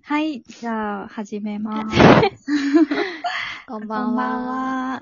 はい、じゃあ、始めます。 こんばんは。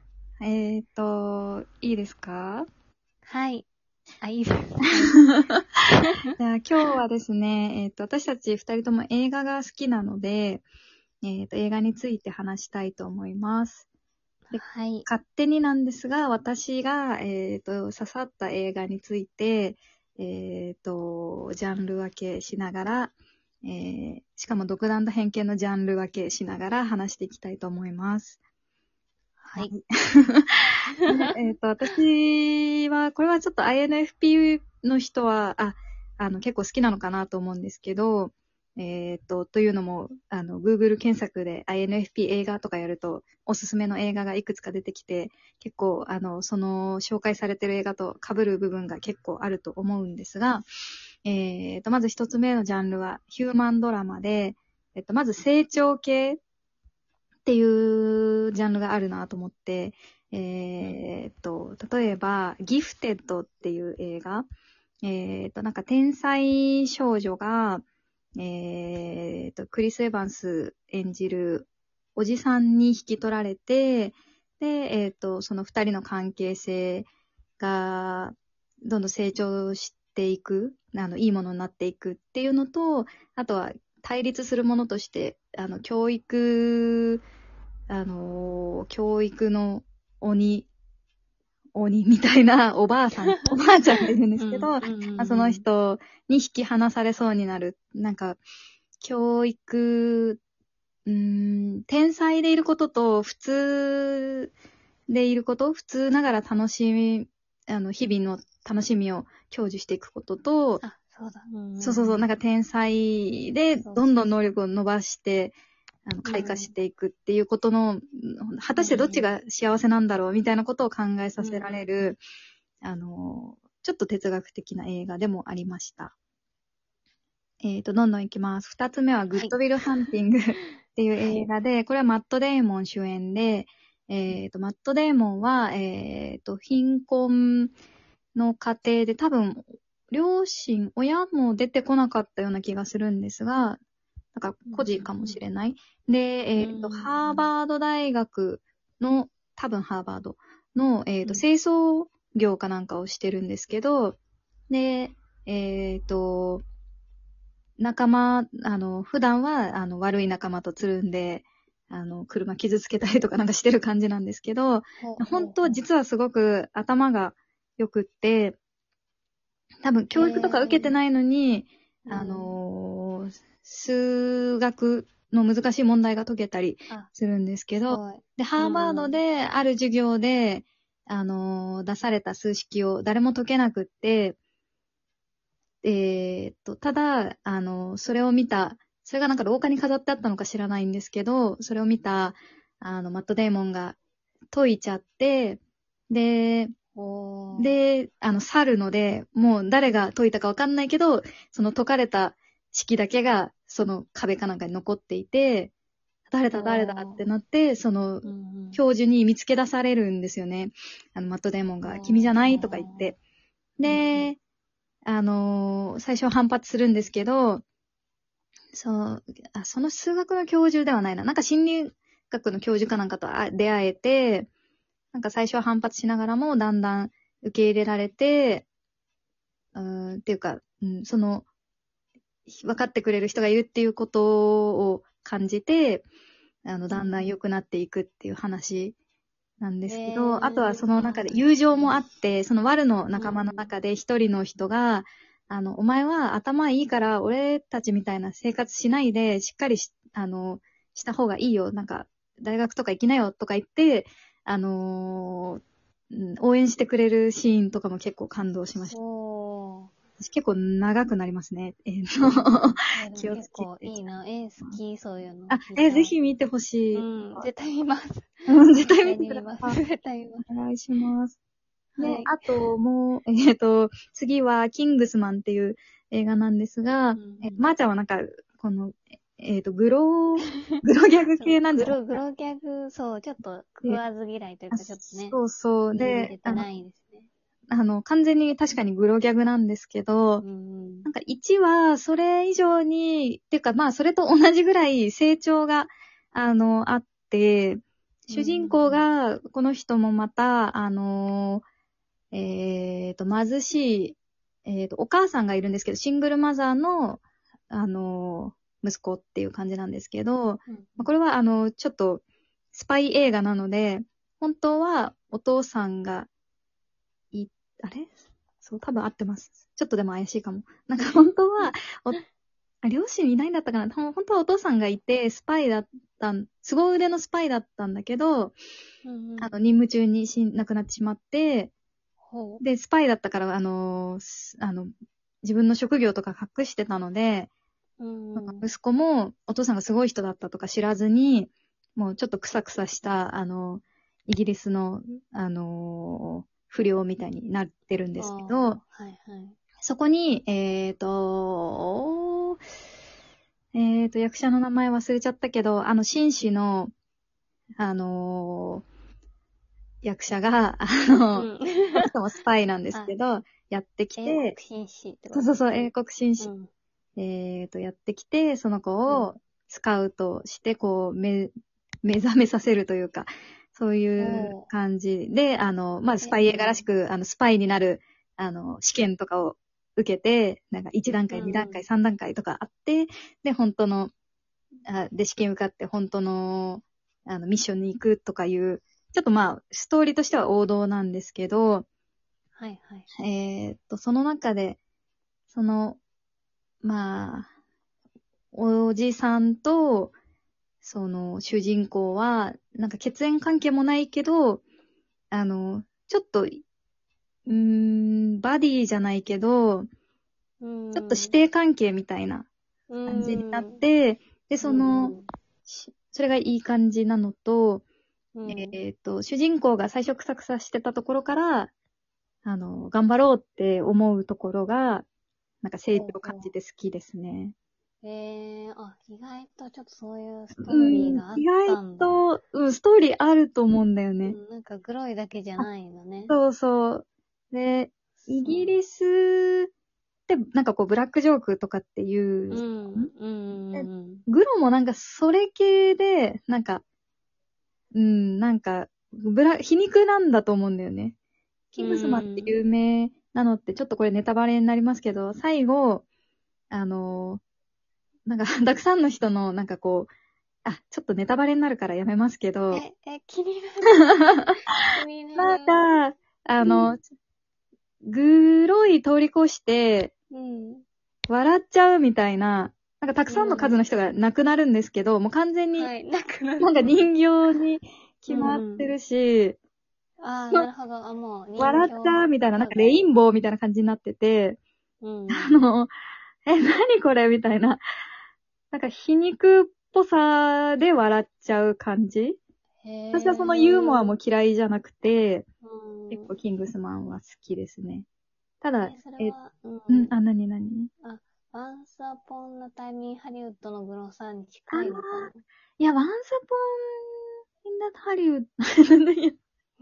いいですか？ はい。いいです。 じゃあ、今日はですね、私たち二人とも映画が好きなので、映画について話したいと思います。で、 はい。 勝手になんですが、私が、刺さった映画について、ジャンル分けしながら、しかも独断と偏見のジャンル分けしながら話していきたいと思います。 はい。 私は、これはちょっと INFP の人は、結構好きなのかなと思うんですけど、というのも、Google 検索で INFP 映画とかやると、おすすめの映画がいくつか出てきて、結構、その紹介されてる映画と被る部分が結構あると思うんですが、まず一つ目のジャンルはヒューマンドラマで、まず成長系っていうジャンルがあるなと思って、例えば、ギフテッドっていう映画、なんか天才少女が、クリス・エヴァンス演じるおじさんに引き取られて、で、その二人の関係性がどんどん成長していく、いいものになっていくっていうのと、あとは対立するものとして、教育の鬼みたいなおばあさん、おばあちゃんがいるんですけど、その人に引き離されそうになる。なんか、教育、天才でいることと普通でいること、普通ながら楽しみ、日々の楽しみを享受していくことと、 そうだ。 そう、なんか天才でどんどん能力を伸ばして、開花していくっていうことの、果たしてどっちが幸せなんだろうみたいなことを考えさせられる、ちょっと哲学的な映画でもありました。どんどんいきます。二つ目はグッドウィルハンティングっていう映画で、これはマット・デイモン主演で、マット・デイモンは、貧困の家庭で多分、親も出てこなかったような気がするんですが、なんか孤児かもしれない。で、ハーバード大学の、多分ハーバードの、清掃業かなんかをしてるんですけど、で、仲間、普段は、悪い仲間とつるんで、車傷つけたりとかなんかしてる感じなんですけど、本当実はすごく頭が良くって、多分教育とか受けてないのに、数学の難しい問題が解けたりするんですけど、で、ハーバードである授業で、出された数式を誰も解けなくって、ただ、それを見た、それがなんか廊下に飾ってあったのか知らないんですけど、それを見た、マットデーモンが解いちゃって、で、去るので、もう誰が解いたかわかんないけど、その解かれた式だけが、その壁かなんかに残っていて、誰だってなって、その、教授に見つけ出されるんですよね。マットデーモンが、君じゃないとか言って。で、最初は反発するんですけど、その数学の教授ではないな。なんか心理学の教授かなんかと出会えて、なんか最初は反発しながらもだんだん受け入れられて、っていうか、その、分かってくれる人がいるっていうことを感じて、だんだん良くなっていくっていう話なんですけど、あとはその中で友情もあって、そのワルの仲間の中で一人の人が、お前は頭いいから俺たちみたいな生活しないで、しっかりした方がいいよ。なんか、大学とか行きなよとか言って、応援してくれるシーンとかも結構感動しました。私結構長くなりますね。 気をつけて。いいな。好き、そういうの。 ぜひ見てほしい。 絶対見ます。 絶対見てください。 絶対見ます。 お願いします。で、あともう、次は、キングスマンっていう映画なんですが、まーちゃんはなんか、この、グロギャグ系なんじゃないグロギャグ、そう、ちょっと食わず嫌いというか、ちょっとね。 そう。 見れてないですね。 完全に確かにグロギャグなんですけど、なんか1はそれ以上に、っていうかまあそれと同じぐらい成長が、あって、主人公が、この人もまた、貧しい、お母さんがいるんですけど、シングルマザーの、息子っていう感じなんですけど、これはちょっと、スパイ映画なので、本当はお父さんがあれそう、多分合ってます。ちょっとでも怪しいかも。なんか本当は、両親いないんだったかな本当はお父さんがいて、スパイだった凄腕のスパイだったんだけど、任務中に亡くなってしまって、で、スパイだったから、自分の職業とか隠してたので、息子もお父さんがすごい人だったとか知らずに、もうちょっとクサクサした、イギリスの、不良みたいになってるんですけど、そこに、役者の名前忘れちゃったけど、紳士の、役者が、しかもスパイなんですけど、やってきて、 英国紳士ってことそう、英国紳士、やってきて、その子をスカウトして、こう、目覚めさせるというか、そういう感じで、まあ、スパイ映画らしく、スパイになる、試験とかを受けて、なんか1段階、2段階、3段階とかあって、で、本当の、で、試験受かって本当の、ミッションに行くとかいう、ちょっとまあ、ストーリーとしては王道なんですけど、その中で、まあ、おじさんと、主人公は、なんか血縁関係もないけど、ちょっと、バディじゃないけど、ちょっと師弟関係みたいな感じになって、で、それがいい感じなのと、主人公が最初クサクサしてたところから、頑張ろうって思うところが、なんか成長を感じて好きですね。 意外とちょっとそういうストーリーがあったんだ。 意外と、ストーリーあると思うんだよね。 なんかグロいだけじゃないのね。 そう。で、イギリスって、なんかこう、ブラックジョークとかっていう、グロもなんかそれ系で、なんか、なんか、皮肉なんだと思うんだよね。キングスマンって有名なのって、ちょっとこれネタバレになりますけど、最後、なんか、たくさんの人の、なんかこう、ちょっとネタバレになるからやめますけど、 気になる。気になる。 なんか、グロい通り越して、笑っちゃうみたいな、なんかたくさんの数の人が亡くなるんですけど、もう完全に、なんか人形に決まってるし、 なるほど。もう笑っちゃうみたいな、なんかレインボーみたいな感じになってて、何これみたいな、なんか皮肉っぽさで笑っちゃう感じ。私はそのユーモアも嫌いじゃなくて、結構キングスマンは好きですね。ただ、何ワンスアポンのタイミンハリウッドのグロさに近いのかな。 いや、ワンスアポンインダハリウッド、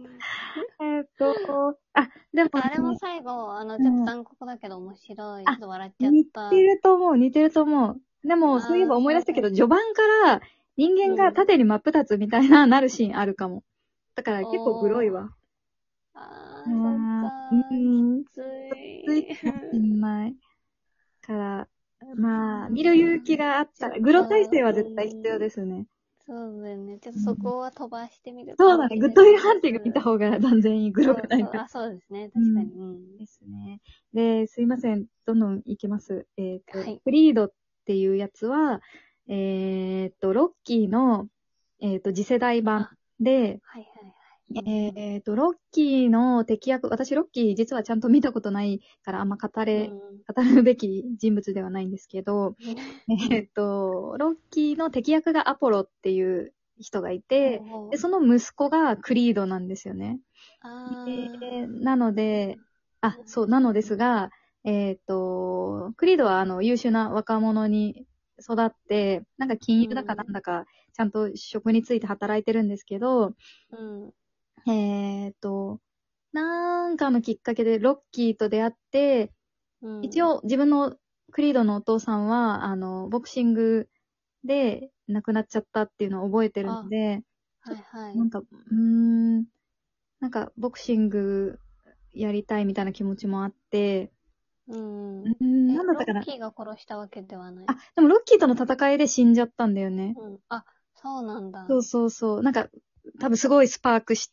でも、 あれも最後、ちょっと残酷だけど面白い。ちょっと笑っちゃった。 似てると思う。でも、そういえば思い出したけど、序盤から人間が縦に真っ二つみたいなるシーンあるかも。だから結構グロいわ。 そっか。きつい。 きついかもしんない。から、まあ、見る勇気があったら、グロ体制は絶対必要ですね。 そうだよね。ちょっとそこは飛ばしてみる。 そうだね。グッドウィルハンティング見た方が断然いい。グロくないから。 そうですね。確かに。 ですね。で、すいません。どんどんいきます。クリードっていうやつは、ロッキーの、次世代版で、ロッキーの敵役、私ロッキー実はちゃんと見たことないからあんま語るべき人物ではないんですけど、ロッキーの敵役がアポロっていう人がいて、でその息子がクリードなんですよね。なので、なのですが、クリードは優秀な若者に育って、なんか金融だかなんだか、ちゃんと職について働いてるんですけど、 なんかのきっかけでロッキーと出会って、一応自分のクリードのお父さんは、ボクシングで亡くなっちゃったっていうのを覚えてるので、 はいはい。 なんか、なんかボクシングやりたいみたいな気持ちもあって、なんだったかな。 ロッキーが殺したわけではない。 あ、でもロッキーとの戦いで死んじゃったんだよね。 あ、そうなんだ。 そうそうそう。なんか、多分すごいスパークして、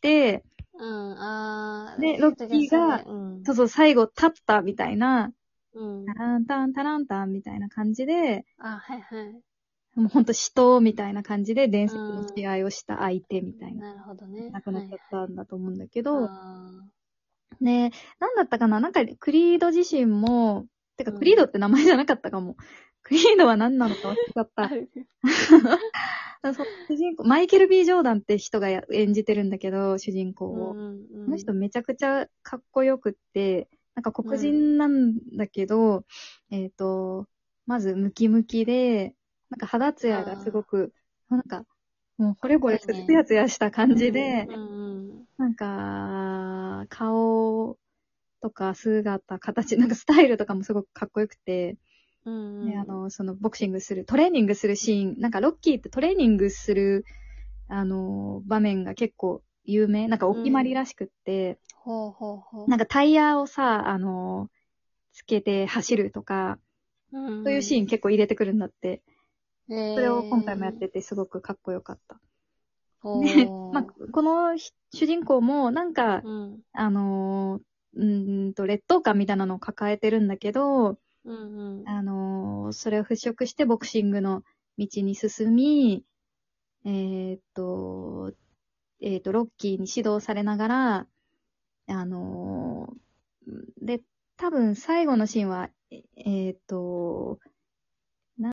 で、ロッキーが、そうそう、最後立ったみたいな、タランタン、タランタンみたいな感じで、 はいはい。 もうほんと死闘みたいな感じで伝説の試合をした相手みたいな、 なるほどね。 亡くなっちゃったんだと思うんだけど、 あね、なんだったかな、なんかクリード自身も、てかクリードって名前じゃなかったかも。クリードは何なのか忘れちゃった。そう主人公、マイケル・ B ・ジョーダンって人が演じてるんだけど、主人公を。この人めちゃくちゃかっこよくって、なんか黒人なんだけど、まずムキムキで、なんか肌ツヤがすごく、なんか、もう惚れ惚れしてツヤツヤした感じで、なんか、顔とか姿、形、なんかスタイルとかもすごくかっこよくて、で、そのボクシングする、トレーニングするシーン、なんかロッキーってトレーニングする、場面が結構有名、なんかお決まりらしくって、なんかタイヤをさ、つけて走るとか、そういうシーン結構入れてくるんだって。それを今回もやっててすごくかっこよかった。で、まあ、この主人公もなんか、劣等感みたいなのを抱えてるんだけど、それを払拭してボクシングの道に進み、ロッキーに指導されながら、で、多分最後のシーンは、